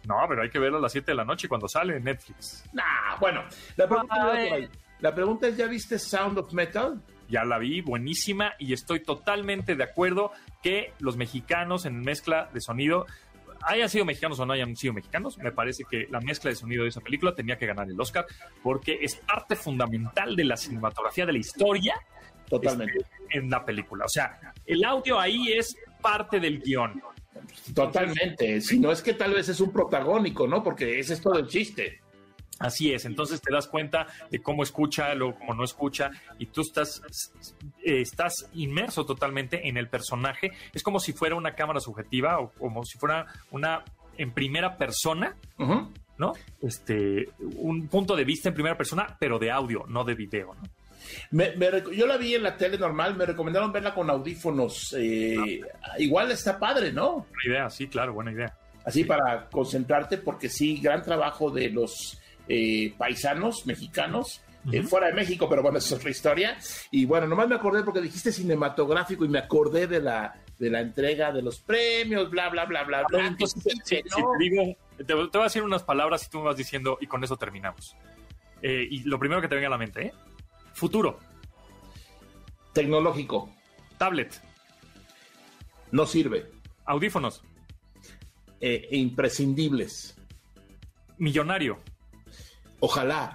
No, pero hay que verlo a las siete de la noche cuando sale en Netflix. Nah, bueno, la pregunta, A no ver. por ahí. La pregunta es, ¿ya viste Sound of Metal? Ya la vi, buenísima, y estoy totalmente de acuerdo que los mexicanos en mezcla de sonido, hayan sido mexicanos o no hayan sido mexicanos, me parece que la mezcla de sonido de esa película tenía que ganar el Oscar, porque es parte fundamental de la cinematografía de la historia. Totalmente. Este, en la película. O sea, el audio ahí es parte del guión. Totalmente. Si no es que tal vez es un protagónico, ¿no? Porque ese es todo el chiste. Así es, entonces te das cuenta de cómo escucha, luego cómo no escucha, y tú estás, eh, estás inmerso totalmente en el personaje. Es como si fuera una cámara subjetiva o como si fuera una en primera persona, Uh-huh. ¿no? Este, un punto de vista en primera persona, pero de audio, no de video, ¿no? Me, me rec- yo la vi en la tele normal, me recomendaron verla con audífonos. Eh, igual está padre, ¿no? Buena idea, sí, claro, buena idea. Así para concentrarte, porque sí, gran trabajo de los eh, paisanos mexicanos, uh-huh. eh, fuera de México, pero bueno, eso es otra historia. Y bueno, nomás me acordé porque dijiste cinematográfico y me acordé de la, de la entrega de los premios, bla, bla, bla, bla, bla. Entonces, Sí, si, ¿no? si te digo, te, te voy a decir unas palabras y tú me vas diciendo, y con eso terminamos. Eh, y lo primero que te venga a la mente, ¿eh? Futuro. Tecnológico. Tablet. No sirve. Audífonos. Eh, imprescindibles. Millonario. Ojalá.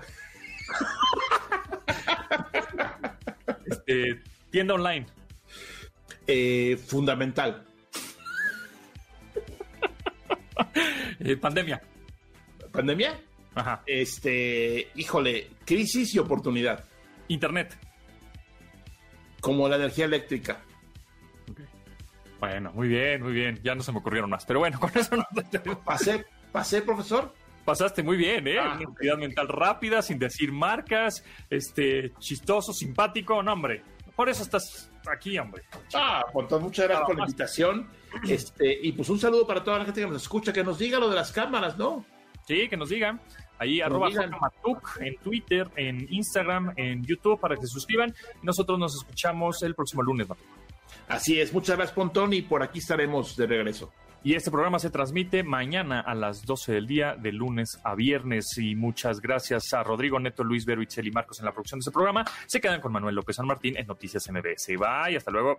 Este, tienda online. Eh, fundamental. Eh, pandemia. ¿Pandemia? Ajá. Este, híjole, crisis y oportunidad. Internet. Como la energía eléctrica. Okay. Bueno, muy bien, muy bien. Ya no se me ocurrieron más. Pero bueno, con eso no te... ¿Pasé, pasé, profesor? Pasaste muy bien, ¿eh? Ah, Una actividad mental rápida, sin decir marcas, este, chistoso, simpático. No, hombre. Por eso estás aquí, hombre. Ah, pues entonces, muchas gracias Ah, por la invitación. Este, y pues un saludo para toda la gente que nos escucha, que nos diga lo de las cámaras, ¿no? Sí, que nos digan. Ahí, Nos arroba digan. Matuk, en Twitter, en Instagram, en YouTube, para que se suscriban. Y nosotros nos escuchamos el próximo lunes, Matuk. Así es, muchas gracias, Pontón, y por aquí estaremos de regreso. Y este programa se transmite mañana a las doce del día, de lunes a viernes. Y muchas gracias a Rodrigo Neto, Luis Vero, Itzel y Marcos en la producción de este programa. Se quedan con Manuel López San Martín en Noticias M B S. Bye, hasta luego.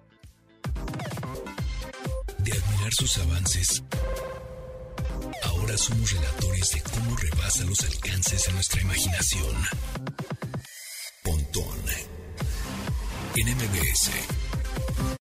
De admirar sus avances, ahora somos relatores de cómo rebasa los alcances de nuestra imaginación. Pontón en M B S.